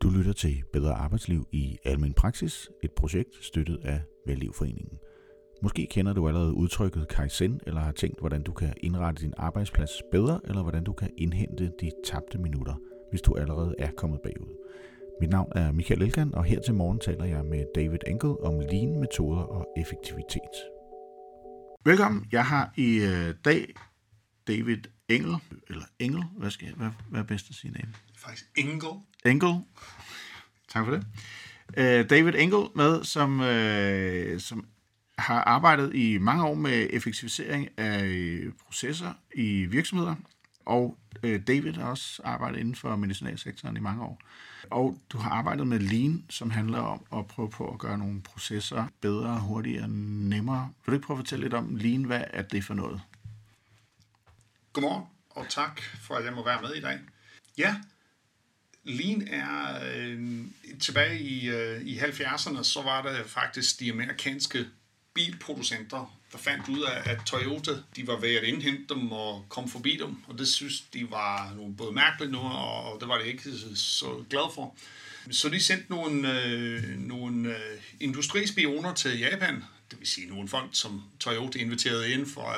Du lytter til Bedre Arbejdsliv i Almen Praksis, et projekt støttet af Vellivforeningen. Måske kender du allerede udtrykket Kaizen, eller har tænkt, hvordan du kan indrette din arbejdsplads bedre, eller hvordan du kan indhente de tabte minutter, hvis du allerede er kommet bagud. Mit navn er Michael Elkan, og her til morgen taler jeg med David Engel om lean-metoder og effektivitet. Velkommen. Jeg har i dag David Engel, eller Engel, hvad er bedst at sige navn? Faktisk Engel. Engel. Tak for det. David Engel med, som har arbejdet i mange år med effektivisering af processer i virksomheder, og David har også arbejdet inden for medicinalsektoren i mange år. Og du har arbejdet med Lean, som handler om at prøve på at gøre nogle processer bedre, hurtigere, nemmere. Vil du ikke prøve at fortælle lidt om Lean? Hvad er det for noget? Godmorgen, og tak for, at jeg må være med i dag. Ja, Lean er tilbage i 70'erne, så var det faktisk de amerikanske bilproducenter, der fandt ud af, at Toyota, de var ved at indhente dem og komme forbi dem, og det synes de var både mærkeligt nu, og det var det ikke så glad for. Så de sendte nogle industrispioner til Japan, det vil sige nogle folk, som Toyota inviterede ind for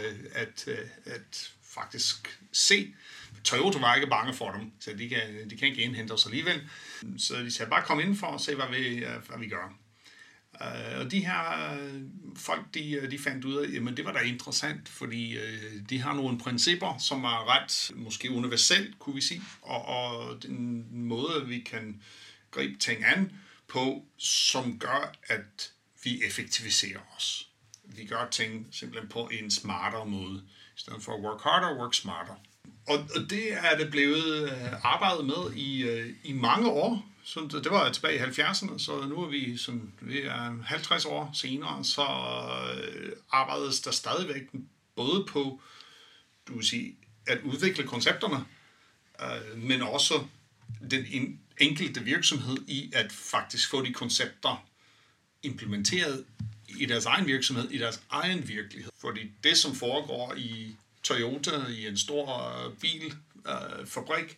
at faktisk se. Toyota var ikke bange for dem, så de kan ikke indhente os alligevel. Så de sagde, bare kom ind for at se, hvad vi gør. Og de her folk, de fandt ud af, jamen det var da interessant, fordi de har nogle principper, som er ret, måske universelt, kunne vi sige, og den måde, vi kan gribe ting an på, som gør, at vi effektiviserer os. Vi gør ting simpelthen på en smartere måde, i stedet for at work harder, work smarter. Og det er det blevet arbejdet med i mange år. Så det var tilbage i 70'erne, så nu er vi er 50 år senere, så arbejdes der stadigvæk både på, du vil sige, at udvikle koncepterne, men også den enkelte virksomhed i at faktisk få de koncepter implementeret i deres egen virksomhed, i deres egen virkelighed. Fordi det, som foregår i Toyota, i en stor bilfabrik,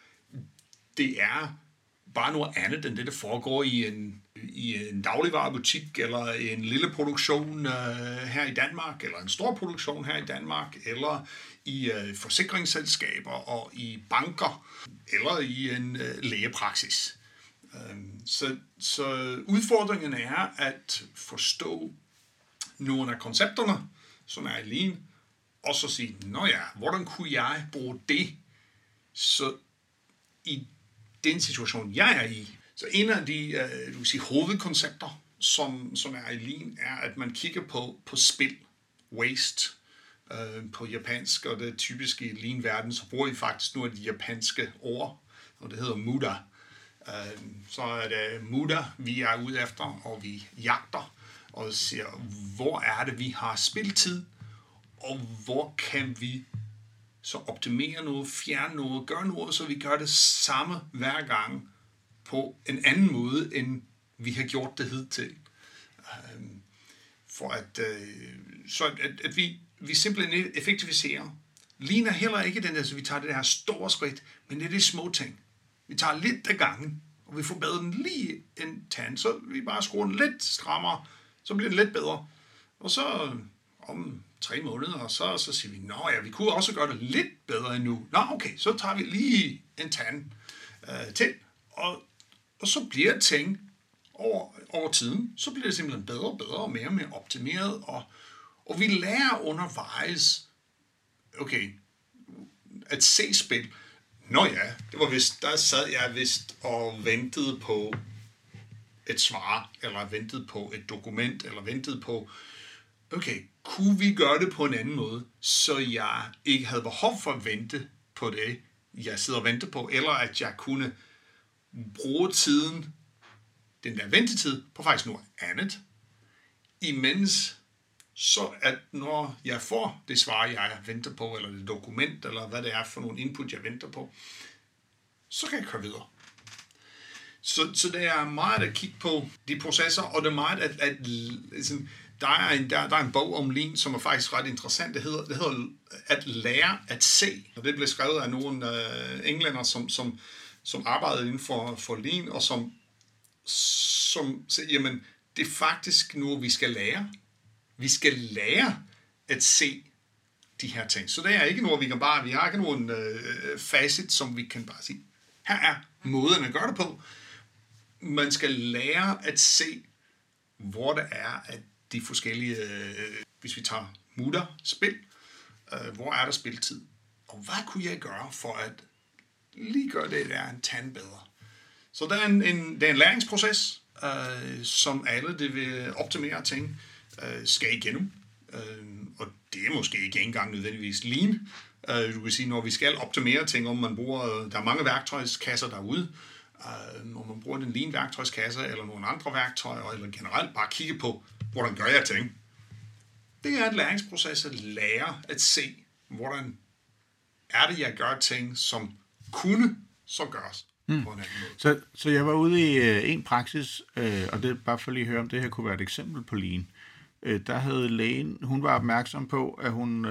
det er bare noget andet end det, der foregår i en dagligvarebutik, eller en lille produktion her i Danmark, eller en stor produktion her i Danmark, eller i forsikringsselskaber og i banker, eller i en lægepraksis. Så udfordringen er at forstå nogle af koncepterne, som er i Lean, og så sige, nå ja, hvordan kunne jeg bruge det, så i den situation, jeg er i. Så en af de hovedkoncepter, som er i Lean, er, at man kigger på spild, waste, på japansk, og det er typisk i Lean-verden, så bruger I faktisk nogle af de japanske ord, og det hedder muda. Så er det muda, vi er ude efter, og vi jagter, og siger, hvor er det, vi har spildtid, og hvor kan vi så optimere noget, fjerne noget, gøre noget, så vi gør det samme hver gang på en anden måde, end vi har gjort det hidtil. For at vi simpelthen effektiviserer. Lean er heller ikke den der, så vi tager det her store skridt, men det er de små ting. Vi tager lidt af gangen, og vi forbedrer den lige en tand, så vi bare skruer den lidt strammere, så bliver den lidt bedre. Og så om 3 måneder, så siger vi, nå ja, vi kunne også gøre det lidt bedre endnu. Nå okay, så tager vi lige en tand til, og så bliver ting over tiden, så bliver det simpelthen bedre og bedre og mere og mere optimeret, og vi lærer undervejs, okay, at se spil. Nå ja, det var vist, der sad jeg vist og ventede på et svar, eller ventede på et dokument, eller ventede på, okay, kunne vi gøre det på en anden måde, så jeg ikke havde behov for at vente på det, jeg sidder og venter på, eller at jeg kunne bruge tiden, den der ventetid, på faktisk noget andet, imens så at når jeg får det svar, jeg venter på, eller det dokument, eller hvad det er for nogle input, jeg venter på, så kan jeg køre videre. Så det er meget at kigge på de processer, og det er meget at der er en bog om Lean, som er faktisk ret interessant. Det hedder At lære at se. Og det blev skrevet af nogle englænder, som som arbejdede inden for Lean, og som siger, jamen, det er faktisk noget, vi skal lære. Vi skal lære at se de her ting. Så det er ikke noget, vi har ikke nogen facit, som vi kan bare sige, her er måden at gøre det på. Man skal lære at se, hvor det er, at de forskellige, hvis vi tager spil, hvor er der spiltid? Og hvad kunne jeg gøre for at lige gøre det der en tand bedre? Så der er en læringsproces, som alle det vil optimere ting, skal igennem. Og det er måske ikke engang nødvendigvis Lean. Du kan sige, når vi skal optimere ting, om man bruger, der er mange værktøjskasser derude, om man bruger den Lean-værktøjskasse eller nogle andre værktøjer, eller generelt bare kigge på, hvordan gør jeg ting. Det er en læringsproces at lære at se, hvordan er det, jeg gør ting, som kunne så gøres på en anden måde. Så jeg var ude i en praksis, og det er bare for lige at høre, om det her kunne være et eksempel på Lean. Der havde lægen, hun var opmærksom på, at hun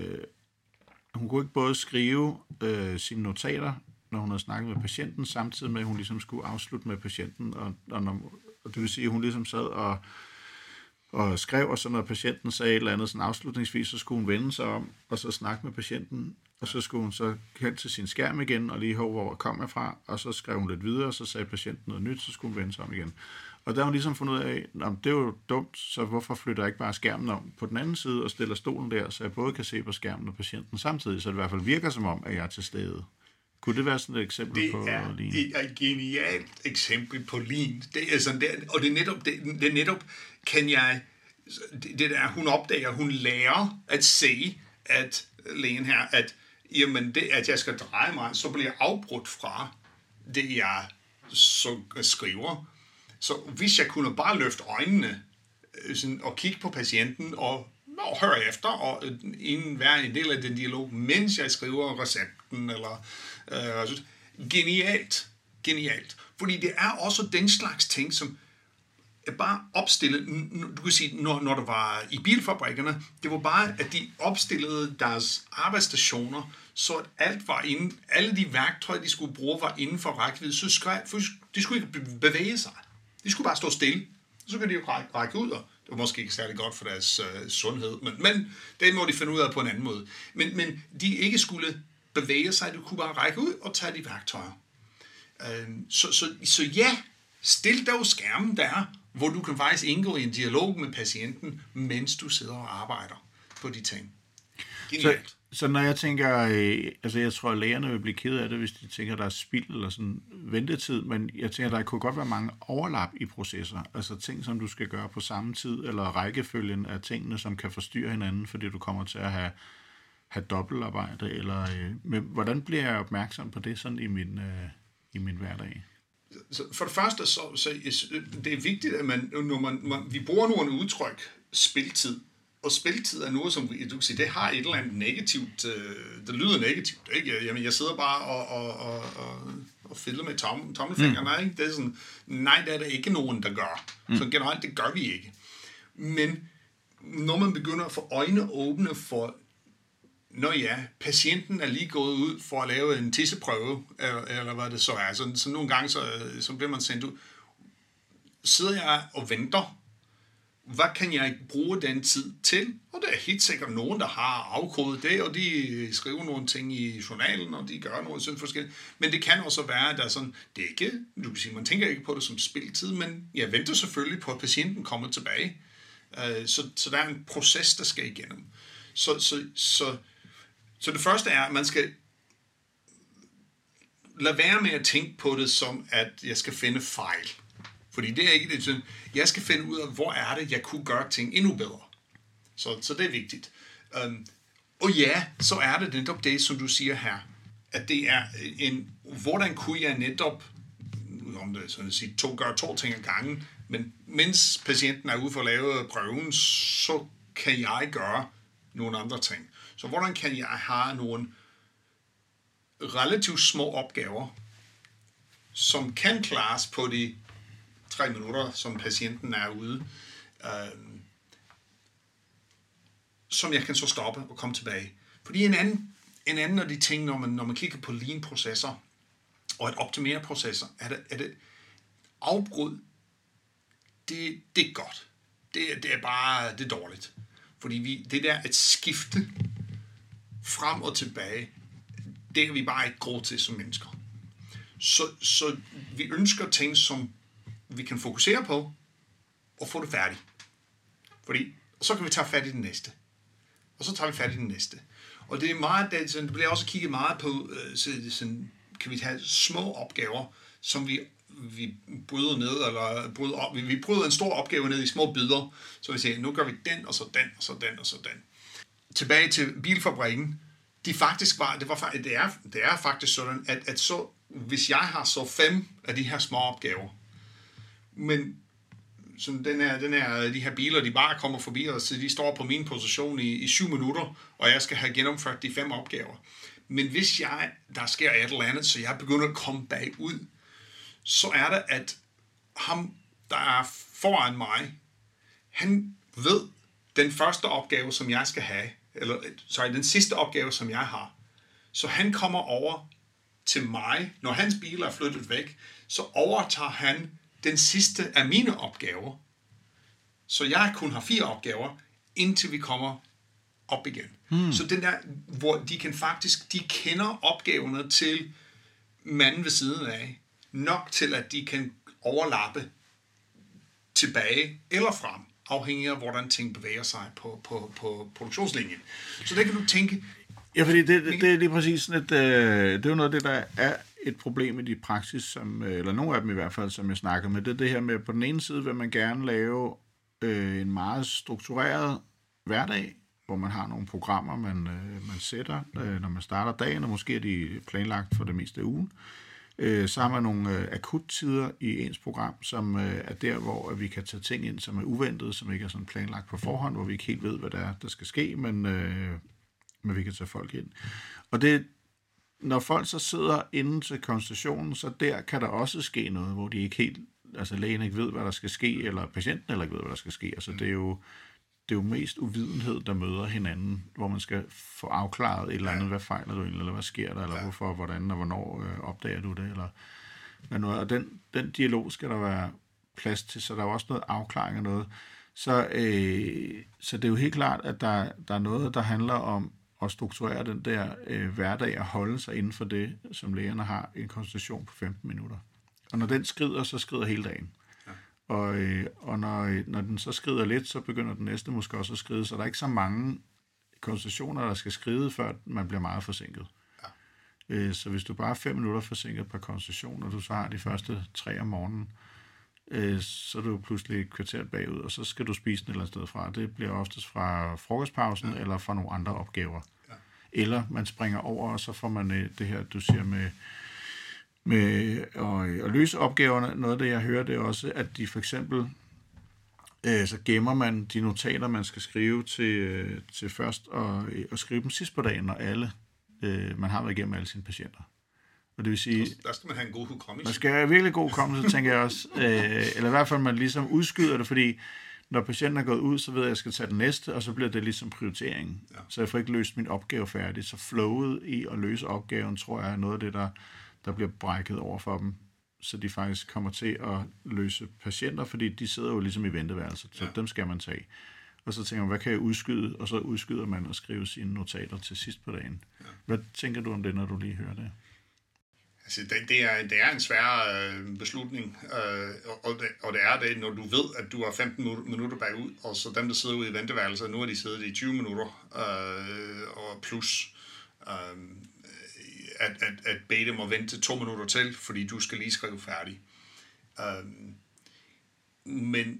kunne ikke både skrive sine notater, når hun havde snakket med patienten, samtidig med, at hun ligesom skulle afslutte med patienten, og det vil sige, at hun ligesom sad og skrev, og så når patienten sagde et eller andet sådan afslutningsvis, så skulle hun vende sig om, og så snakke med patienten, og så skulle hun så hen til sin skærm igen, og lige høre, hvor kom jeg fra, og så skrev hun lidt videre, og så sagde patienten noget nyt, så skulle hun vende sig om igen. Og der har hun ligesom fundet ud af, at det er jo dumt, så hvorfor flytter jeg ikke bare skærmen om på den anden side, og stiller stolen der, så jeg både kan se på skærmen og patienten samtidig, så det i hvert fald virker som om, at jeg er til stede. Kunne det være sådan et eksempel på Lean? Det er et genialt eksempel på Lean. Det er sådan der, og det er netop kan jeg, det der, hun opdager, hun lærer at se, at lægen her, at jamen det, at jeg skal dreje mig, så bliver jeg afbrudt fra det, jeg så skriver. Så hvis jeg kunne bare løfte øjnene sådan, og kigge på patienten og høre efter, og være en del af den dialog, mens jeg skriver recepten, eller genialt. Fordi det er også den slags ting, som er bare opstillet. Du kan sige, når der var i bilfabrikkerne, det var bare, at de opstillede deres arbejdsstationer, så at alt var inde, alle de værktøjer, de skulle bruge, var inden for rækkevidde, så de skulle ikke bevæge sig. De skulle bare stå stille. Så kan de jo række ud, og det var måske ikke særlig godt for deres sundhed, men det må de finde ud af på en anden måde. Men de ikke skulle bevæge sig, du kunne bare række ud og tage de værktøjer. Så ja, stil dog skærmen der, hvor du kan faktisk indgå i en dialog med patienten, mens du sidder og arbejder på de ting. Genialt. Så når jeg tænker, jeg tror, at lægerne vil blive ked af det, hvis de tænker, der er spild eller sådan ventetid, men jeg tænker, der kunne godt være mange overlap i processer, altså ting, som du skal gøre på samme tid, eller rækkefølgen af tingene, som kan forstyrre hinanden, fordi du kommer til at have dobbeltarbejde, eller men hvordan bliver jeg opmærksom på det sådan i min hverdag? Så for det første, så det er vigtigt, at vi bruger nogle udtryk, spiltid. Og spiltid er noget, som du kan sige, det har et eller andet negativt, det lyder negativt, ikke? Jamen, jeg sidder bare og fælder med tommelfingrene, ikke? Det er sådan, nej, det er der ikke nogen, der gør. Så generelt, det gør vi ikke. Men når man begynder at få øjne åbne for, patienten er lige gået ud for at lave en tisseprøve, eller hvad det så er, så nogle gange, så bliver man sendt ud. Sidder jeg og venter, hvad kan jeg bruge den tid til? Og der er helt sikkert nogen, der har afkodet det, og de skriver nogle ting i journalen, og de gør noget sådan forskelligt. Men det kan også være, at der er sådan, det er ikke, du kan sige, man tænker ikke på det som spiltid, men jeg venter selvfølgelig på, at patienten kommer tilbage. Så der er en proces, der skal igennem. Så det første er, at man skal lade være med at tænke på det som, at jeg skal finde fejl. Fordi det er ikke det. Jeg skal finde ud af, hvor er det, jeg kunne gøre ting endnu bedre. Så det er vigtigt. Og ja, så er det netop det, som du siger her. At det er hvordan kunne jeg netop, om det sådan at sige, gøre to ting ad gangen, men mens patienten er ude for at lave prøven, så kan jeg gøre nogle andre ting. Så hvordan kan jeg have nogle relativt små opgaver, som kan klares på de 3 minutter, som patienten er ude, som jeg kan så stoppe og komme tilbage. Fordi en anden af de ting, når man kigger på lean-processer, Og at optimere processer, er det afbrud, det er godt. Det er bare, det er dårligt. Fordi det der at skifte frem og tilbage, det er vi bare ikke gode til som mennesker. Så vi ønsker ting, som vi kan fokusere på, og få det færdigt. Fordi så kan vi tage fat i den næste. Og så tager vi fat i den næste. Og det er meget, det bliver også kigget meget på, sådan, kan vi tage små opgaver, som vi bryder ned, eller bryder op. Vi bryder en stor opgave ned i små bidder, så vi siger, nu gør vi den, og så den, og så den, og så den. Tilbage til bilfabrikken. Det er faktisk sådan, at så, hvis jeg har så 5 af de her små opgaver, men som de her biler, de bare kommer forbi, og så de står på min position i 7 minutter, og jeg skal have gennemført de 5 opgaver. Men hvis der sker et eller andet, så jeg begynder at komme bagud, så er det, at ham, der er foran mig, han ved den første opgave, som jeg skal have, den sidste opgave, som jeg har. Så han kommer over til mig, når hans bil er flyttet væk, så overtager han den sidste af mine opgaver, så jeg kun har 4 opgaver, indtil vi kommer op igen. Så den der, hvor de kender opgaverne til manden ved siden af, nok til, at de kan overlappe tilbage eller frem, afhængig af, hvordan ting bevæger sig på produktionslinjen. Så der kan du tænke... Ja, fordi det er lige præcis sådan det er jo noget af det, der er et problem i de praksis, eller nogle af dem i hvert fald, som jeg snakker med, det her med, på den ene side vil man gerne lave en meget struktureret hverdag, hvor man har nogle programmer, man sætter, når man starter dagen, og måske er de planlagt for det meste af ugen. Så har man nogle akuttider i ens program, som er der, hvor vi kan tage ting ind, som er uventede, som ikke er sådan planlagt på forhånd, hvor vi ikke helt ved, hvad der skal ske, men vi kan tage folk ind. Og det, når folk så sidder inde til konsultationen, så der kan der også ske noget, hvor de ikke helt, altså lægen ikke ved, hvad der skal ske, eller patienten heller ikke ved, hvad der skal ske. Altså det er jo mest uvidenhed, der møder hinanden, hvor man skal få afklaret et eller andet, hvad fejler du egentlig, eller hvad sker der, eller hvorfor, hvordan og hvornår opdager du det, eller hvad noget. Og den dialog skal der være plads til, så der er også noget afklaring af noget. Så det er jo helt klart, at der er noget, der handler om at strukturere den der hverdag og holde sig inden for det, som lægerne har en konsultation på 15 minutter. Og når den skrider, så skrider hele dagen. Og når den så skrider lidt, så begynder den næste måske også at skride, så der er ikke så mange konsultationer, der skal skride, før man bliver meget forsinket. Ja. Så hvis du bare er 5 minutter forsinket per konsultation, og du så har de første 3 om morgenen, så er du pludselig et kvarter bagud, og så skal du spise den et eller andet sted fra. Det bliver oftest fra frokostpausen, eller fra nogle andre opgaver. Ja. Eller man springer over, og så får man det her, du siger med at løse opgaverne. Noget af det, jeg hører, det er også, at de for eksempel, så gemmer man de notater, man skal skrive til først, og skrive dem sidst på dagen, når man har været igennem alle sine patienter. Og det vil sige, der skal man have en god hukommelse. Man skal have virkelig god hukommelse, tænker jeg også. Eller i hvert fald, man ligesom udskyder det, fordi når patienten er gået ud, så ved jeg, at jeg skal tage den næste, og så bliver det ligesom prioriteringen. Ja. Så jeg får ikke løst min opgave færdigt. Så flowet i at løse opgaven, tror jeg, er noget af det, der bliver brækket over for dem. Så de faktisk kommer til at løse patienter, fordi de sidder jo ligesom i venteværelset, så dem skal man tage. Og så tænker man, hvad kan jeg udskyde? Og så udskyder man at skrive sine notater til sidst på dagen. Ja. Hvad tænker du om det, når du lige hører det? Altså, det er en svær beslutning, og det er det, når du ved, at du er 15 minutter bagud, og så dem, der sidder ude i venteværelset, nu har de siddet i 20 minutter og plus, at bede dem at vente 2 minutter til, fordi du skal lige skrive færdig. Men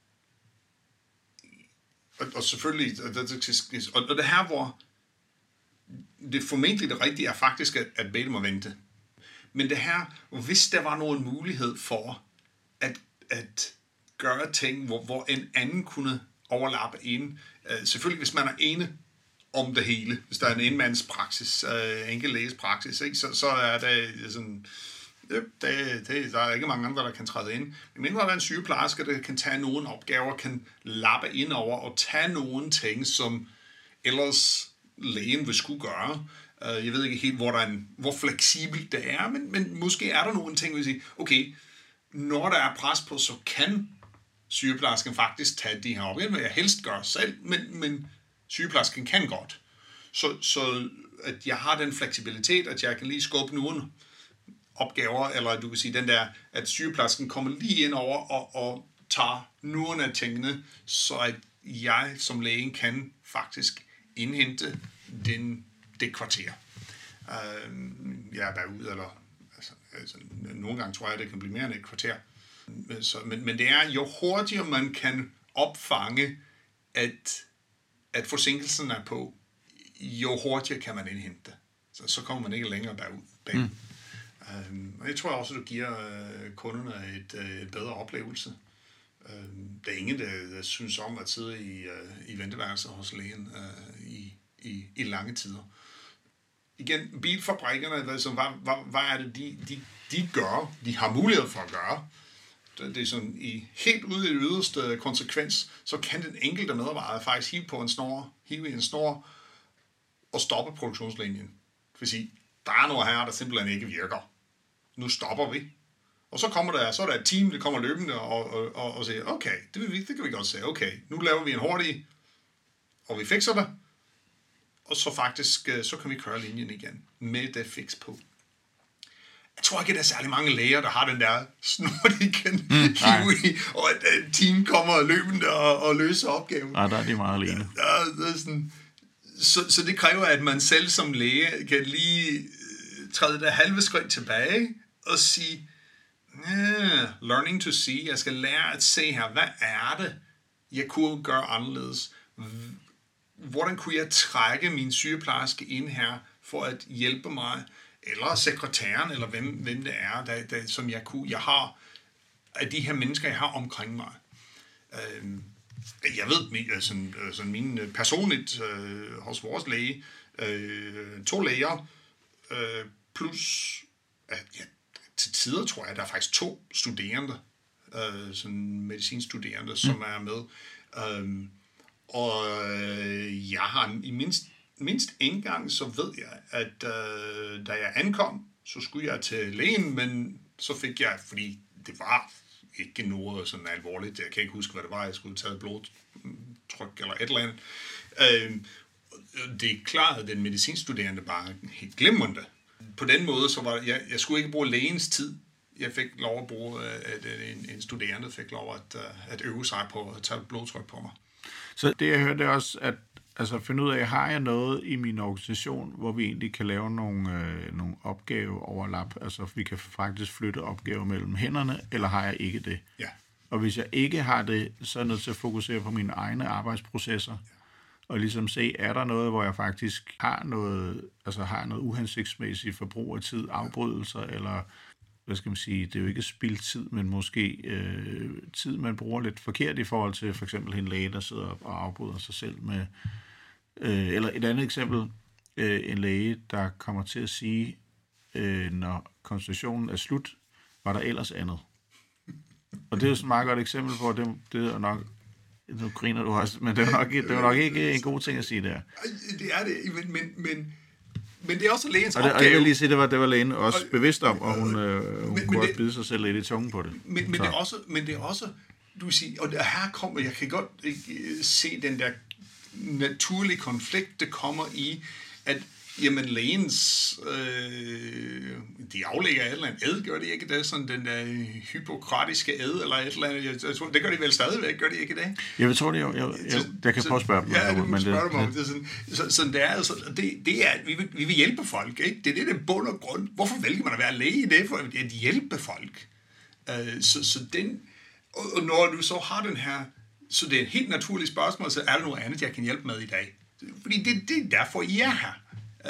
og selvfølgelig, og det her, hvor det formentlig det rigtige er faktisk at bede dem at vente. Men det her, hvis der var nogen mulighed for at gøre ting, hvor en anden kunne overlappe en, selvfølgelig hvis man er ene om det hele, hvis der er en enmands praksis, enkelt læges praksis, ikke, så er det sådan, der er ikke mange andre, der kan træde ind. Men mindre der er en sygeplejerske, der kan tage nogle opgaver, kan lappe ind over og tage nogle ting, som ellers lægen vil skulle gøre, Jeg ved ikke helt, hvor fleksibelt det er, men måske er der nogle ting, hvor vi siger, okay, når der er pres på, så kan sygeplejersken faktisk tage de her opgaver, hvad jeg helst gør selv, men sygeplejersken kan godt. Så at jeg har den fleksibilitet, at jeg kan lige skubbe nogle opgaver, eller du kan sige den der, at sygeplejersken kommer lige ind over og tager nogle af tingene, så at jeg som læge kan faktisk indhente det kvarter. Jeg er bare ud, eller altså, nogle gange tror jeg, det kan blive mere end et kvarter. Men det er, jo hurtigere man kan opfange, at forsinkelsen er på, jo hurtigere kan man indhente det. Så kommer man ikke længere bagud. Og jeg tror også, at du giver kunderne et bedre oplevelse. Der er ingen, der synes om at sidde i venteværelser hos lægen i lange tider. Igen, bilfabrikkerne, hvad er det, de gør, de har mulighed for at gøre. Det er sådan, helt ude i det yderste konsekvens, så kan den enkelte medarbejder faktisk hive i en snor og stoppe produktionslinjen. Det vil sige, der er noget her, der simpelthen ikke virker. Nu stopper vi. Og så er der et team, der kommer løbende og siger, okay, det kan vi godt sige, okay, nu laver vi en hurtig, og vi fikser det, og så faktisk, så kan vi køre linjen igen med det fix på. Jeg tror ikke, at der er særlig mange læger, der har den der snor, de kan hive i, og et team kommer løbende og løser opgaven. Nej, der er de meget alene. Det er sådan, så det kræver, at man selv som læge kan lige træde det halve skridt tilbage og sige, learning to see, jeg skal lære at se her, hvad er det, jeg kunne gøre anderledes? Hvordan kunne jeg trække min sygeplejerske ind her for at hjælpe mig, eller sekretæren, eller hvem det er, der, som jeg har af de her mennesker, jeg har omkring mig. Jeg ved, sådan min personligt hos vores læge, 2 læger, plus til tider tror jeg, der er faktisk 2 studerende, sådan medicinstuderende, som er med. Og jeg har i mindst en gang, så ved jeg, at da jeg ankom, så skulle jeg til lægen, men så fik jeg, fordi det var ikke noget sådan alvorligt, jeg kan ikke huske, hvad det var, jeg skulle tage blodtryk eller et eller andet. Det er klart, at den medicinstuderende bare helt glimrende. På den måde, så var jeg skulle ikke bruge lægens tid. Jeg fik lov at bruge, at en studerende fik lov at øve sig på at tage blodtryk på mig. Så det jeg hørte også, at finde ud af, har jeg noget i min organisation, hvor vi egentlig kan lave nogle opgaveoverlap, altså vi kan faktisk flytte opgaver mellem hænderne, eller har jeg ikke det? Ja. Og hvis jeg ikke har det, så er jeg nødt til at fokusere på mine egne arbejdsprocesser, og ligesom se, er der noget, hvor jeg faktisk har noget uhensigtsmæssigt forbrug af tid, afbrydelser, eller hvad skal man sige, det er jo ikke spildtid, men måske tid, man bruger lidt forkert i forhold til for eksempel en læge, der sidder og afbryder sig selv med, eller et andet eksempel, en læge, der kommer til at sige, når konsultationen er slut, var der ellers andet. Og det er jo sådan et meget godt eksempel på, det er nok, nu griner du også, men det er nok ikke en god ting at sige der. Det er det, men det er også lægens opgave. Og jeg vil lige sige, det var lægen også bevidst om, og hun kunne også bide sig selv lidt i tungen på det. Men det er også, du vil sige, og her kommer, jeg kan godt se den der naturlige konflikt, der kommer i, at jamen lægens, de aflægger et eller andet ed, gør de ikke det? Sådan den der hypokratiske ed, eller et eller andet. Jeg tror, det gør de vel stadigvæk, gør de ikke det? Jeg tror det jo. Jeg kan prøve at spørge dem. Ja, du må spørge dem om det. Sådan det er altså, det er, at vi vil hjælpe folk, ikke? Det er det bund og grund. Hvorfor vælger man at være læge i det? For at hjælpe folk. Og når du så har den her, så det er et helt naturligt spørgsmål, så er der noget andet, jeg kan hjælpe med i dag? Fordi det er derfor, I er her.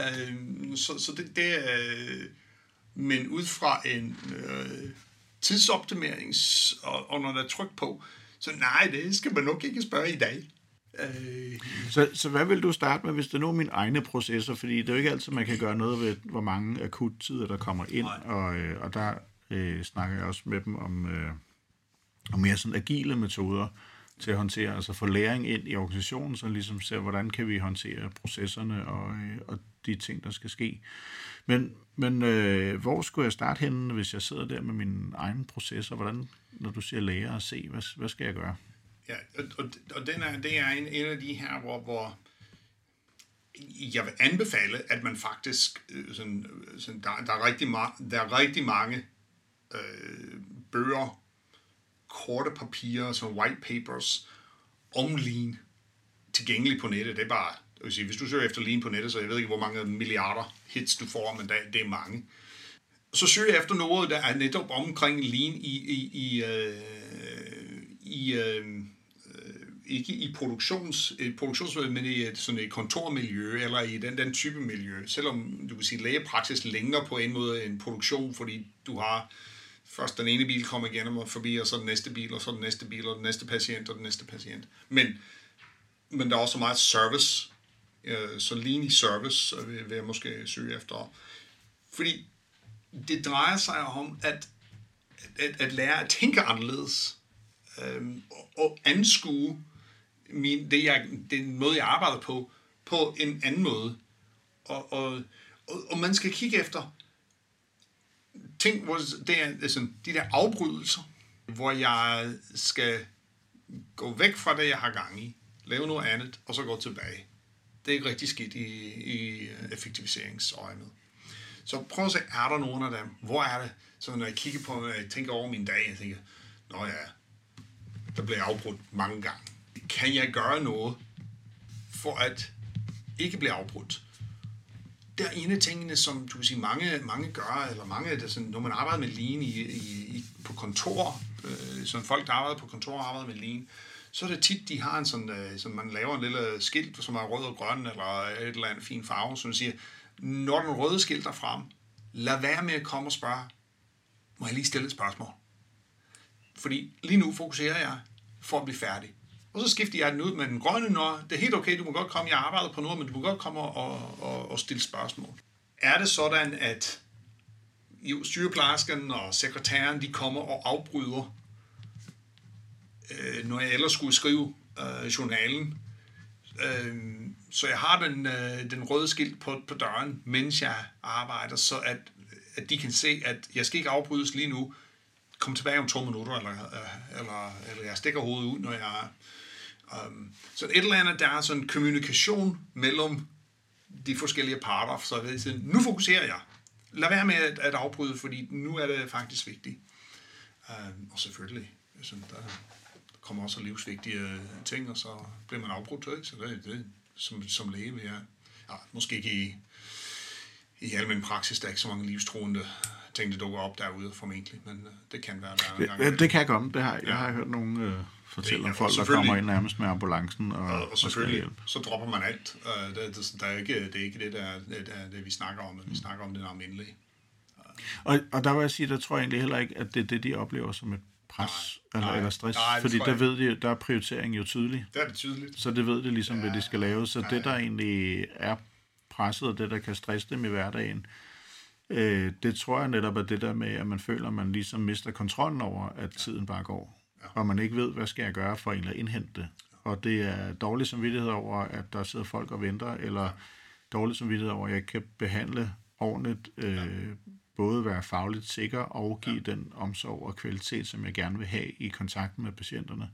Men ud fra en tidsoptimerings, og når der er tryk på, så nej, det skal man nok ikke spørge i dag. Så hvad vil du starte med, hvis det nu er mine egne processer? Fordi det er jo ikke altid, man kan gøre noget ved, hvor mange akuttider, der kommer ind, og der snakker jeg også med dem om mere sådan agile metoder, til at håndtere, altså få læring ind i organisationen, så ligesom ser, hvordan kan vi håndtere processerne og de ting, der skal ske. Men hvor skulle jeg starte henne, hvis jeg sidder der med mine egne processer? Hvordan, når du siger lære og se, hvad skal jeg gøre? Ja, og det er en af de her, hvor jeg vil anbefale, at man faktisk, der er rigtig mange bøger, korte papirer, som white papers om Lean tilgængelige på nettet. Det er bare, jeg vil sige, hvis du søger efter Lean på nettet, så jeg ved ikke, hvor mange milliarder hits du får, men det er mange. Så søger jeg efter noget, der er netop omkring Lean ikke i produktionsmiljø, men i sådan et kontormiljø, eller i den type miljø. Selvom du kan sige, lægepraksis længere på en måde end produktion, fordi du har først den ene bil kommer igennem og forbi, og så den næste bil, og så den næste bil, og den næste patient, og den næste patient. Men der er også meget service, så Lean i service vil jeg måske søge efter. Fordi det drejer sig om at lære at tænke anderledes, og anskue den måde, jeg arbejder på en anden måde. Og man skal kigge efter ting, hvor det er sådan, de der afbrydelser, hvor jeg skal gå væk fra det, jeg har gang i, lave noget andet, og så gå tilbage. Det er ikke rigtig skidt i effektiviseringsøjemed. Så prøv at se, er der nogen af dem? Hvor er det? Så når jeg kigger på, jeg tænker over min dag, jeg tænker, nå ja, der bliver afbrudt mange gange. Kan jeg gøre noget for at ikke blive afbrudt? Der er en af tingene, som du kan sige, mange gør, eller mange, der sådan, når man arbejder med Lean på kontor, sådan folk, der arbejder på kontor og arbejder med Lean, så er det tit, de har en sådan man laver en lille skilt, som er rød og grøn, eller et eller andet fin farve, som siger, når den røde skilt er frem, lad være med at komme og spørge, må jeg lige stille et spørgsmål? Fordi lige nu fokuserer jeg for at blive færdig. Og så skifter jeg den ud med den grønne, når det er helt okay, du må godt komme, jeg arbejder på noget, men du må godt komme og stille spørgsmål. Er det sådan, at sygeplejersken og sekretæren, de kommer og afbryder, når jeg ellers skulle skrive journalen, så jeg har den røde skilt på døren, mens jeg arbejder, så at de kan se, at jeg skal ikke afbrydes lige nu. Kom tilbage om 2 minutter, eller jeg stikker hovedet ud, når jeg så et eller andet, der er sådan en kommunikation mellem de forskellige parter, så jeg ved, nu fokuserer jeg. Lad være med at afbryde, fordi nu er det faktisk vigtigt. Og selvfølgelig, sådan, der kommer også livsvigtige ting, og så bliver man afbrudt, ikke? Så det som læge vil jeg, måske ikke i almen praksis, der er ikke så mange livstruende ting, der dukker op derude formentlig, men det kan være, der er en gang. Det kan komme, det har jeg har hørt nogen fortælle om folk, der kommer ind nærmest med ambulancen og selvfølgelig, så dropper man alt. Det er ikke det, der er det, vi snakker om. Vi snakker om det almindelige. Og der vil jeg sige, der tror jeg egentlig heller ikke, at det er det, de oplever som et pres eller stress, fordi der ved de, der er prioritering jo tydelig. Det er det tydeligt. Så det ved de ligesom, hvad de skal lave. Så det, der egentlig er presset, og det, der kan stresse dem i hverdagen, det tror jeg netop er det der med, at man føler, at man ligesom mister kontrollen over, at tiden bare går. Og man ikke ved, hvad skal jeg gøre for egentlig at indhente det. Og det er dårlig samvittighed over, at der sidder folk og venter, eller dårlig samvittighed over, at jeg kan behandle ordentligt, både være fagligt sikker og give den omsorg og kvalitet, som jeg gerne vil have i kontakten med patienterne.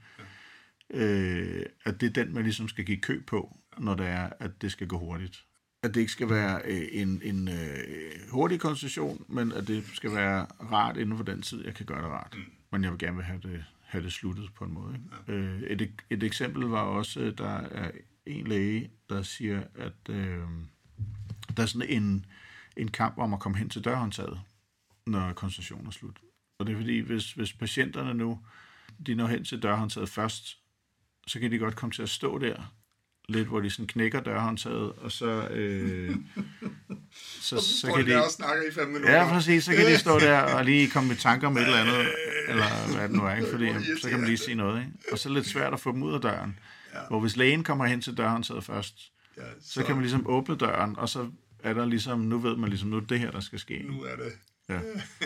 At det er den, man ligesom skal give køb på, når det er, at det skal gå hurtigt. At det ikke skal være en hurtig konsultation, men at det skal være rart inden for den tid, jeg kan gøre det rart. Men jeg vil gerne have det sluttet på en måde. Ikke? Et eksempel var også, der er en læge, der siger, at der er sådan en kamp om at komme hen til dørhåndtaget, når konsultationen er slut. Og det er fordi, hvis patienterne nu, de når hen til dørhåndtaget først, så kan de godt komme til at stå der, lidt, hvor de sådan knækker dørhåndtaget, og så kan de også snakke i 5 minutter. Ja, præcis, så kan de stå der og lige komme i tanker om et eller andet, eller hvad det nu er, ikke? Fordi så kan man lige sige noget, ikke? Og så er det lidt svært at få dem ud af døren. Hvor hvis lægen kommer hen til dørhåndtaget først, så kan man ligesom åbne døren, og så er der ligesom, nu ved man ligesom, nu er det her, der skal ske. Nu er det. Ja.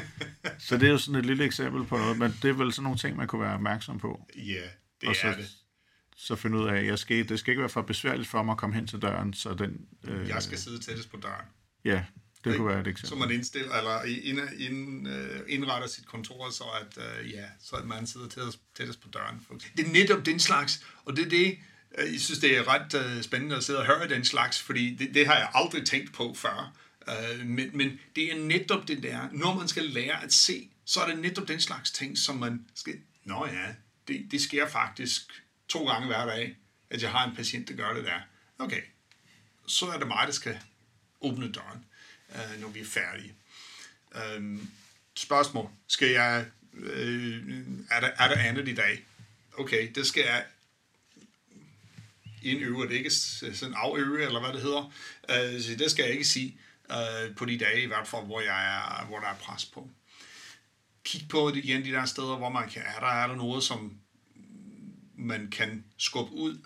Så det er jo sådan et lille eksempel på noget, men det er vel sådan nogle ting, man kunne være opmærksom på. Ja, det er det. så finde ud af, at det skal ikke være for besværligt for mig at komme hen til døren, så den... Jeg skal sidde tættest på døren. Ja, det kunne være et eksempel. Så man indstiller, eller indretter sit kontor, så at man sidder tættest på døren. Det er netop den slags, og det er det, jeg synes, det er ret spændende at sidde og høre den slags, fordi det har jeg aldrig tænkt på før. Men det er netop det der, når man skal lære at se, så er det netop den slags ting, som man skal... Nå ja, det sker faktisk 2 gange hver dag, at jeg har en patient, der gør det der. Okay, så er det mig, der skal åbne døren, når vi er færdige. Spørgsmål. Skal jeg... er der andet i dag? Okay, det skal jeg indøve, det ikke sådan aføve, eller hvad det hedder. Så det skal jeg ikke sige på de dage, i hvert fald, hvor der er pres på. Kig på det igen, de der steder, hvor man kan... Er der noget, som man kan skubbe ud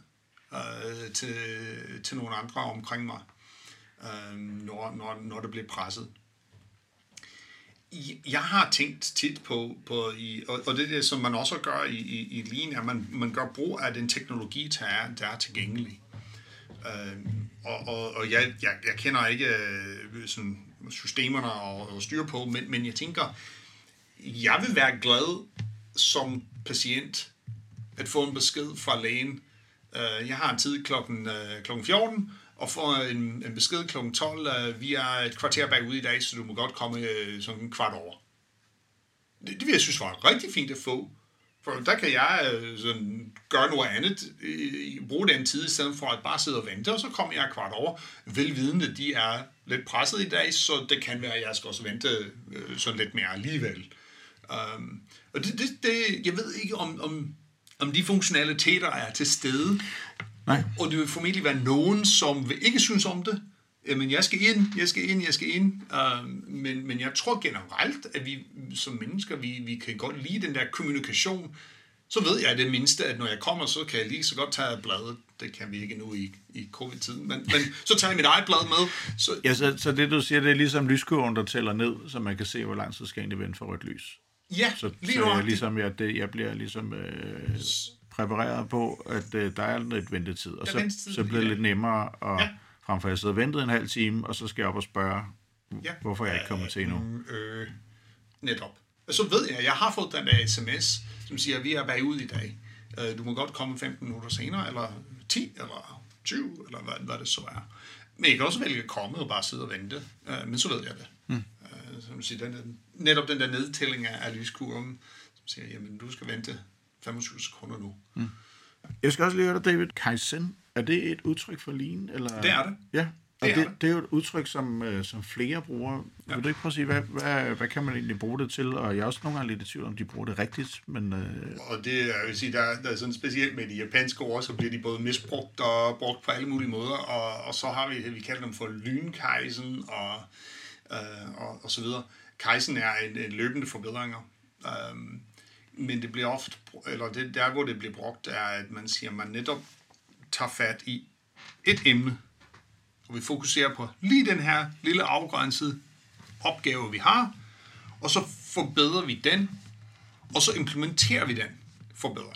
til nogle andre omkring mig, når det bliver presset. Jeg har tænkt tit på og det er det, som man også gør i Lean, at man gør brug af den teknologi, der er tilgængelig. Og jeg kender ikke sådan systemerne og styr på, men jeg tænker, jeg vil være glad som patient at få en besked fra lægen. Jeg har en tid klokken 14, og får en besked klokken 12. Vi er et kvarter bagude i dag, så du må godt komme sådan en kvart over. Det vil jeg synes var rigtig fint at få. For der kan jeg sådan gøre noget andet, bruge den tid, i stedet for at bare sidde og vente, og så kommer jeg kvart over. Velvidende, de er lidt presset i dag, så det kan være, at jeg skal også vente sådan lidt mere alligevel. Og jeg ved ikke, om de funktionaliteter er til stede. Nej. Og det vil formentlig være nogen, som vil ikke synes om det. Men jeg skal ind. Men jeg tror generelt, at vi som mennesker, vi kan godt lide den der kommunikation. Så ved jeg det mindste, at når jeg kommer, så kan jeg lige så godt tage bladet. Det kan vi ikke nu i covid-tiden. Men så tager jeg mit eget blad med. Så det du siger, det er ligesom lyskurven, der tæller ned, så man kan se, hvor lang tid skal egentlig vente for rødt lys. Ja, lige nu. Jeg bliver ligesom præpareret på, at der er lidt ventetid, og så bliver det lidt nemmere, og frem for at jeg sidder og ventet en halv time, og så skal jeg op og spørge, hvorfor jeg ikke kommer til endnu. Netop. Og så ved jeg, at jeg har fået den der sms, som siger, at vi er bagud i dag. Du må godt komme 15 minutter senere, eller 10, eller 20, eller hvad det så er. Men jeg kan også vælge at komme og bare sidde og vente, men så ved jeg det. Som siger, netop den der nedtælling af lyskurven, som siger, jamen du skal vente 25 sekunder nu. Jeg skal også lige høre dig, David. Kaizen, er det et udtryk for Lean? Eller? Det er det. Ja, og det er jo et udtryk, som flere bruger. Ja. Vil du ikke prøve at sige, hvad kan man egentlig bruge det til? Og jeg er også nogle gange lidt i tvivl, om de bruger det rigtigt. Men, Og det, jeg vil sige, der er sådan specielt med de japanske ord, så bliver de både misbrugt og brugt på alle mulige måder. Og så har vi kalder dem for lynkaizen og så videre. Kaizen er en løbende forbedringer. Men det bliver ofte, eller det der, hvor det bliver brugt, er, at man siger, at man netop tager fat i et emne, og vi fokuserer på lige den her lille afgrænsede opgave, vi har, og så forbedrer vi den, og så implementerer vi den forbedring.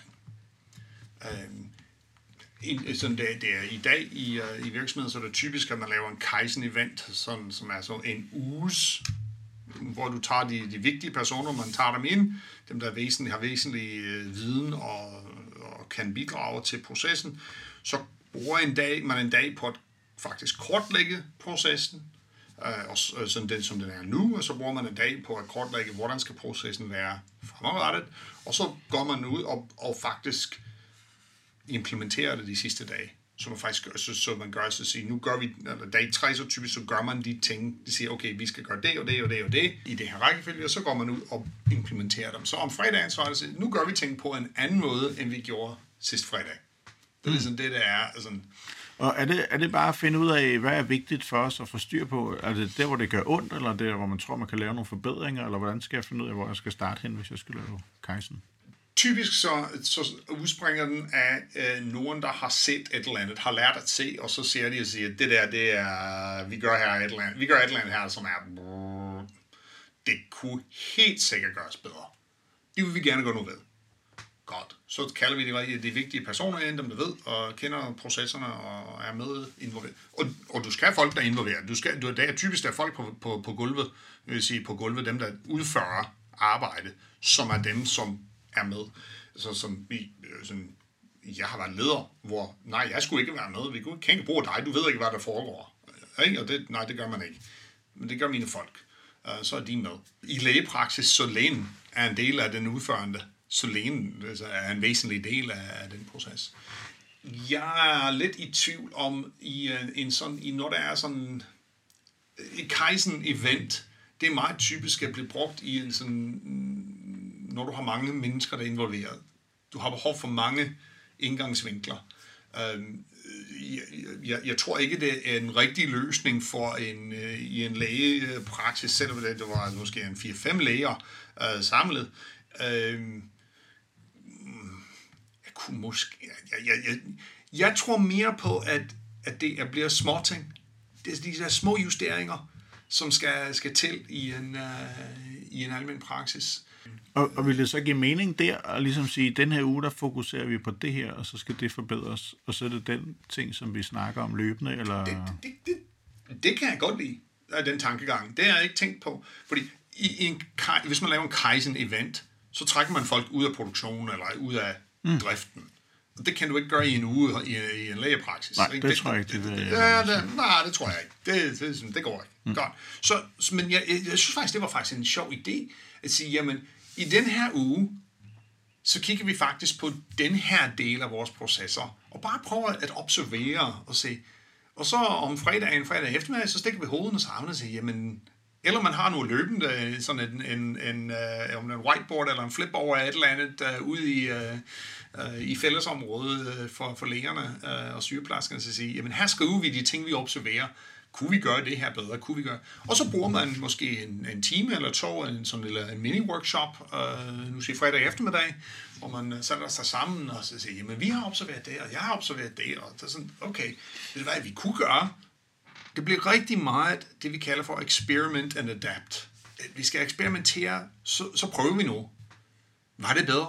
Sådan det er i dag i virksomheden, så er det typisk, at man laver en Kaizen-event, som er så en uges, hvor du tager de vigtige personer, man tager dem ind, dem der har væsentlig viden og kan bidrage til processen, så bruger man en dag på at faktisk kortlægge processen, og sådan den som den er nu, og så bruger man en dag på at kortlægge, hvordan skal processen være fremadrettet, og så går man ud og faktisk implementerer det de sidste dage. Så man faktisk så man gør så sige, nu gør vi dag 3, så typisk så gør man de ting, de siger, okay, vi skal gøre det og det og det og det i det her rækkefølge, og så går man ud og implementerer dem. Så om fredagen så er det nu gør vi ting på en anden måde, end vi gjorde sidste fredag. Det er ligesom det, der er sådan. Og er det bare at finde ud af, hvad er vigtigt for os at få styr på? Er det der, hvor det gør ondt, eller der, hvor man tror, man kan lave nogle forbedringer, eller hvordan skal jeg finde ud af, hvor jeg skal starte hen, hvis jeg skal lave Kaizen? Typisk så udspringer den af nogen, der har set et eller andet, har lært at se, og så ser de og siger, det er, vi gør et eller andet her, som er, det kunne helt sikkert gøres bedre. Det vil vi gerne gøre noget ved. Godt. så kalder vi det de vigtige personer ind, dem der ved, og kender processerne, og er med involveret. Og du skal have folk, der er involveret. Det er typisk, der er folk på gulvet, det vil sige på gulvet, dem der udfører arbejde, som er dem, som er med. Så jeg har været leder, hvor, nej, jeg skulle ikke være med, vi kan ikke bruge dig, du ved ikke, hvad der foregår. Og det gør man ikke. Men det gør mine folk. Så er de med. I lægepraksis, så lægen er en del af den udførende, så lægen er en væsentlig del af den proces. Jeg er lidt i tvivl om, når der er sådan et Kaizen-event, det er meget typisk at blive brugt i en sådan, når du har mange mennesker, der er involveret. Du har behov for mange indgangsvinkler. Jeg tror ikke, det er en rigtig løsning for i en lægepraksis, selvom det var måske en 4-5 læger samlet. Jeg tror mere på, at det bliver småting. Det er de der små justeringer, som skal til i en almen praksis. Og vil det så give mening der, at ligesom sige, at den her uge, der fokuserer vi på det her, og så skal det forbedres, og så er det den ting, som vi snakker om løbende, eller? Det kan jeg godt lide, den tankegang. Det har jeg ikke tænkt på, fordi hvis man laver en Kaizen-event, så trækker man folk ud af produktionen, eller ud af driften. Og det kan du ikke gøre i en uge i en lægepraksis. Nej, det tror jeg ikke. Nej, det tror jeg ikke. Det går ikke. Godt. Men jeg synes faktisk, det var faktisk en sjov idé, at sige, jamen, i den her uge, så kigger vi faktisk på den her del af vores processer, og bare prøver at observere og se. Og så om fredag eftermiddag, så stikker vi hovedet og sammen og siger, jamen, eller man har noget løbende, sådan en whiteboard eller en flip over et eller andet ude i fællesområdet for lægerne og sygeplejerskerne, så sige, jamen her skriver vi de ting, vi observerer. Kunne vi gøre det her bedre? Kunne vi gøre? Og så bruger man måske en time eller to, en mini-workshop, nu siger fredag eftermiddag, hvor man sætter sig sammen og så siger, jamen vi har observeret det, og jeg har observeret det, og det er sådan, okay, det er hvad vi kunne gøre. Det bliver rigtig meget det, vi kalder for experiment and adapt. Vi skal eksperimentere, så prøver vi nu. Var det bedre?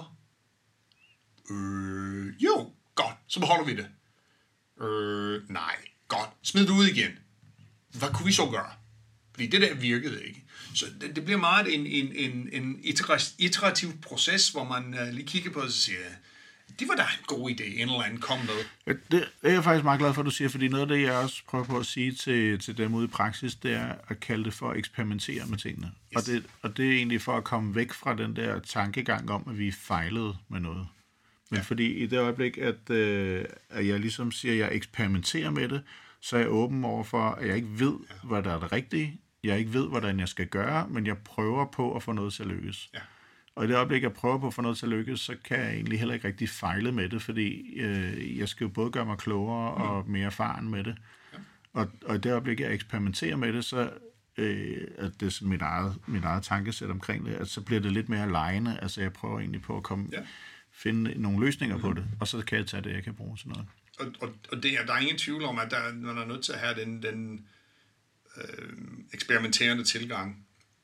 Jo, godt, så beholder vi det. Nej, godt, smid det ud igen. Hvad kunne vi så gøre? Fordi det der virkede ikke. Så det bliver meget en iterativ proces, hvor man lige kigger på det og siger, det var da en god idé, en eller anden kom med. Det er jeg faktisk meget glad for, at du siger, fordi noget af det, jeg også prøver på at sige til dem ude i praksis, det er at kalde det for at eksperimentere med tingene. Yes. Og det er egentlig for at komme væk fra den der tankegang om, at vi fejlede med noget. Men fordi i det øjeblik, at jeg ligesom siger, at jeg eksperimenterer med det, så er jeg åben over for, at jeg ikke ved, hvad der er det rigtige. Jeg ikke ved, hvordan jeg skal gøre, men jeg prøver på at få noget til at lykkes. Ja. Og i det øjeblik, jeg prøver på at få noget til at lykkes, så kan jeg egentlig heller ikke rigtig fejle med det, fordi jeg skal jo både gøre mig klogere og mere erfaren med det. Ja. Og i det øjeblik, jeg eksperimenterer med det, så at det er sådan mit eget tankesæt omkring det, at så bliver det lidt mere legende. Altså jeg prøver egentlig på at finde nogle løsninger på det, og så kan jeg tage det, jeg kan bruge til noget. Og der er ingen tvivl om, at man er nødt til at have den eksperimenterende tilgang.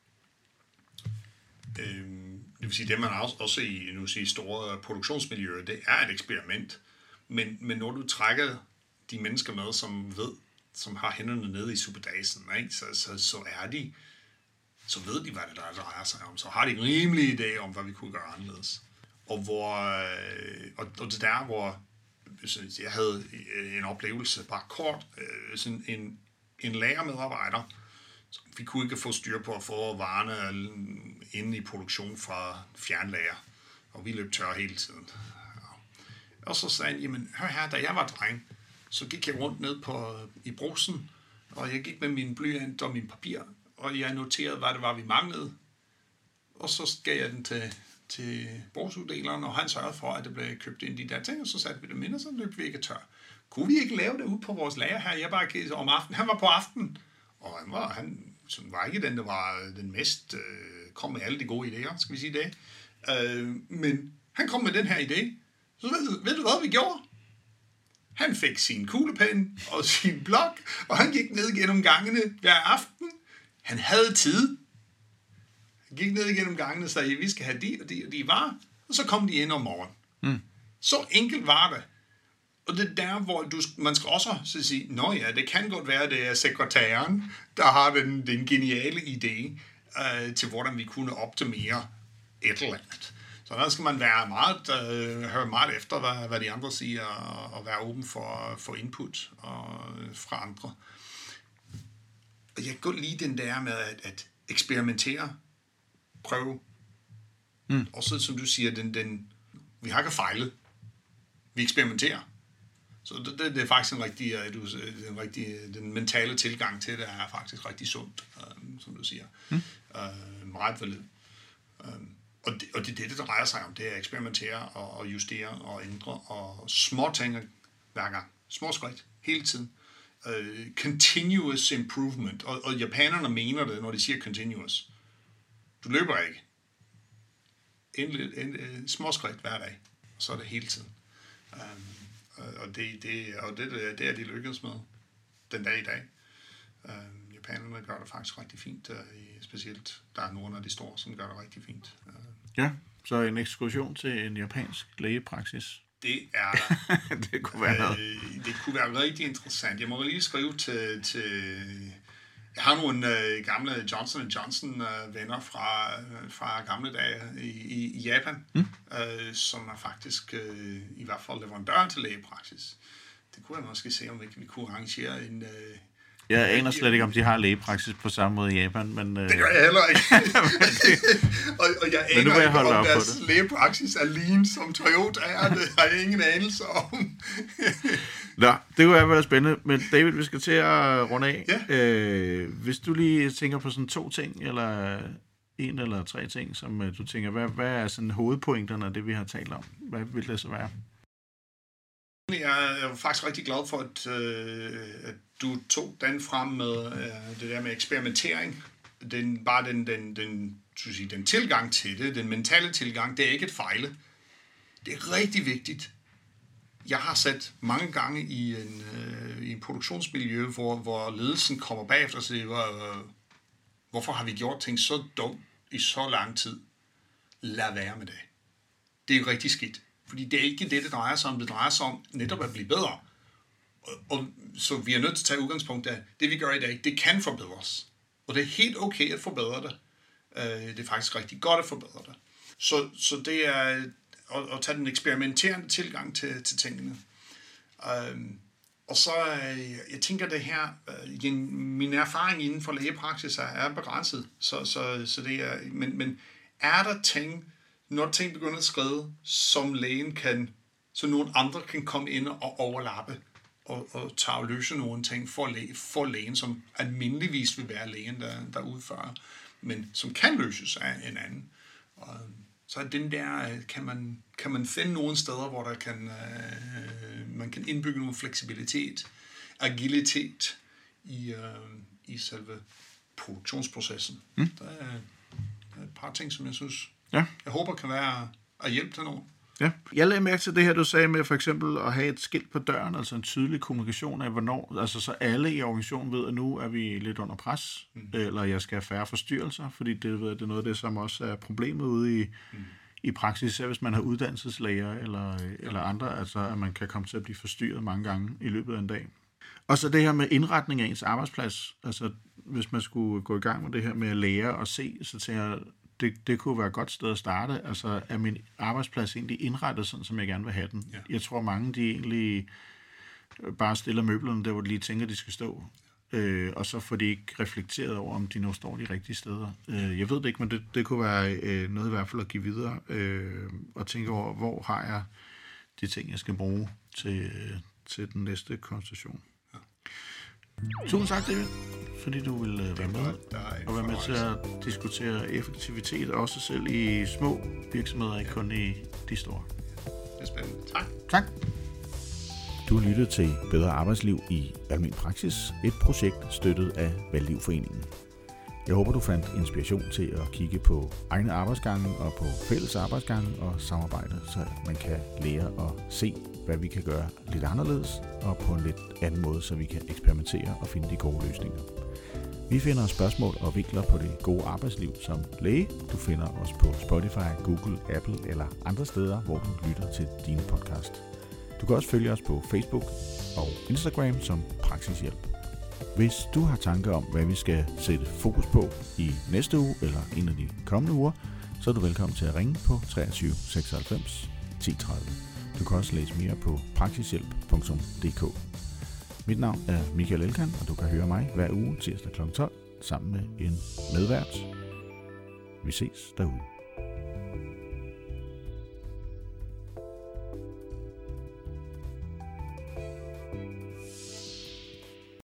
Det vil sige, det man også i store produktionsmiljøer, det er et eksperiment. Men når du trækker de mennesker med, som har hænderne nede i suppedasen, ikke? Så ved de, hvad det drejer sig om. Så har de en rimelig idé om, hvad vi kunne gøre anderledes. Og det der, hvor jeg havde en oplevelse, bare kort, sådan en lagermedarbejder, vi kunne ikke få styr på at få varerne inde i produktion fra fjernlager, og vi løb tør hele tiden. Og så sagde han, jamen hør her, da jeg var dreng, så gik jeg rundt ned i Brugsen, og jeg gik med min blyant og min papir, og jeg noterede, hvad det var, vi manglede. Og så gav jeg den til brugsuddeleren, og han sørgede for, at det blev købt ind de der ting, og så satte vi dem ind, og så løb vi ikke tør. Kunne vi ikke lave det ud på vores lager her? Jeg bare om aftenen. Han var på aftenen, og han var ikke den, der var den mest, kom med alle de gode idéer, skal vi sige det. Men han kom med den her idé. Så ved du hvad vi gjorde? Han fik sin kuglepen og sin blok, og han gik ned gennem gangene hver aften. Han havde tid. Han gik ned gennem gangene og sagde, vi skal have de og de varer, og så kom de ind om morgenen. Så enkelt var det. Og det er der, hvor man skal også sige, nå ja, det kan godt være, det er sekretæren, der har den geniale idé til, hvordan vi kunne optimere et eller andet. Så der skal man være høre meget efter, hvad de andre siger, og være åben for input fra andre. Og jeg kan godt lide den der med at eksperimentere, prøve. Og så, som du siger, vi har ikke fejlet. Vi eksperimenterer. Så det er faktisk den mentale tilgang til det er faktisk rigtig sundt, som du siger. Meget valid. Og det drejer sig om, det er at eksperimentere og justere og ændre og små ting hver gang. Små skridt, hele tiden. Continuous improvement. Og japanerne mener det, når de siger continuous. Du løber ikke. En små skridt hver dag. Og så er det hele tiden. Og det er de lykkedes med den dag i dag. Japanerne gør det faktisk rigtig fint, specielt der er nogle af de store, som gør det rigtig fint. Ja, så en ekskursion til en japansk lægepraksis. Det er der. Det kunne være noget. Det kunne være rigtig interessant. Jeg må lige skrive til jeg har nogle gamle Johnson & Johnson venner fra gamle dage i Japan, som er faktisk i hvert fald leverandør til lægepraksis. Det kunne jeg måske se, om vi kunne arrangere en... Jeg aner slet ikke, om de har lægepraksis på samme måde i Japan, men... Det gør jeg heller ikke. og jeg aner ikke, om deres lægepraksis er lean som Toyota er. Det har jeg ingen anelse om. Nå, det kunne være spændende. Men David, vi skal til at runde af. Ja. Hvis du lige tænker på sådan 2 ting, eller 1 eller 3 ting, som du tænker, hvad er sådan hovedpointerne af det, vi har talt om? Hvad vil det så være? Jeg er faktisk rigtig glad for, at du tog den frem med det der med eksperimentering. Den tilgang til det, den mentale tilgang, det er ikke et fejle. Det er rigtig vigtigt. Jeg har set mange gange i en produktionsmiljø, hvor ledelsen kommer bagefter og siger, hvorfor har vi gjort ting så dumt i så lang tid? Lad være med det. Det er jo rigtig skidt. Fordi det er ikke det drejer sig om. Det drejer sig om netop at blive bedre. Og så vi er nødt til at tage udgangspunkt af, det vi gør i dag, det kan forbedres. Og det er helt okay at forbedre det. Det er faktisk rigtig godt at forbedre det. Så det er at tage den eksperimenterende tilgang til tingene. Og så, jeg tænker det her, min erfaring inden for lægepraksis er begrænset. Så det er, men er der ting, når ting begynder at skride, som lægen kan, så nogle andre kan komme ind og overlappe og tage og løse nogle ting for lægen, som almindeligvis vil være lægen, der udfører, men som kan løses af en anden. Så den der, kan man finde nogle steder, hvor der man kan indbygge noget fleksibilitet, agilitet i selve produktionsprocessen. Der er et par ting, som jeg synes, jeg håber kan være at hjælpe til nogen. Ja. Jeg lagde mærke til det her, du sagde med for eksempel at have et skilt på døren, altså en tydelig kommunikation af, hvornår, altså så alle i organisationen ved, at nu er vi lidt under pres, eller jeg skal have færre forstyrrelser, fordi det er noget af det, som også er problemet ude i praksis, hvis man har uddannelseslæger eller andre, altså at man kan komme til at blive forstyrret mange gange i løbet af en dag. Og så det her med indretning af ens arbejdsplads, altså hvis man skulle gå i gang med det her med at lære og se, så tænker jeg, det kunne være et godt sted at starte. Altså, er min arbejdsplads egentlig indrettet sådan, som jeg gerne vil have den? Ja. Jeg tror, mange de egentlig bare stiller møblerne der, hvor de lige tænker, de skal stå. Og så får de ikke reflekteret over, om de nu står de rigtige steder. Jeg ved det ikke, men det kunne være noget i hvert fald at give videre. Og tænke over, hvor har jeg de ting, jeg skal bruge til den næste konstellation. Ja. Tusind tak, David, fordi du vil være med og være med til at diskutere effektivitet, også selv i små virksomheder, ikke kun i de store. Det er spændende. Tak. Du har lyttet til Bedre Arbejdsliv i Almen Praksis, et projekt støttet af Valglivforeningen. Jeg håber, du fandt inspiration til at kigge på egne arbejdsgange og på fælles arbejdsgange og samarbejde, så man kan lære og se, hvad vi kan gøre lidt anderledes og på en lidt anden måde, så vi kan eksperimentere og finde de gode løsninger. Vi finder spørgsmål og vinkler på det gode arbejdsliv som læge. Du finder os på Spotify, Google, Apple eller andre steder, hvor du lytter til dine podcast. Du kan også følge os på Facebook og Instagram som Praksishjælp. Hvis du har tanker om, hvad vi skal sætte fokus på i næste uge eller en af de kommende uger, så er du velkommen til at ringe på 23 96 10 30. Du kan også læse mere på praksishjælp.dk. Mit navn er Michael Elkan, og du kan høre mig hver uge tirsdag kl. 12 sammen med en medvært. Vi ses derude.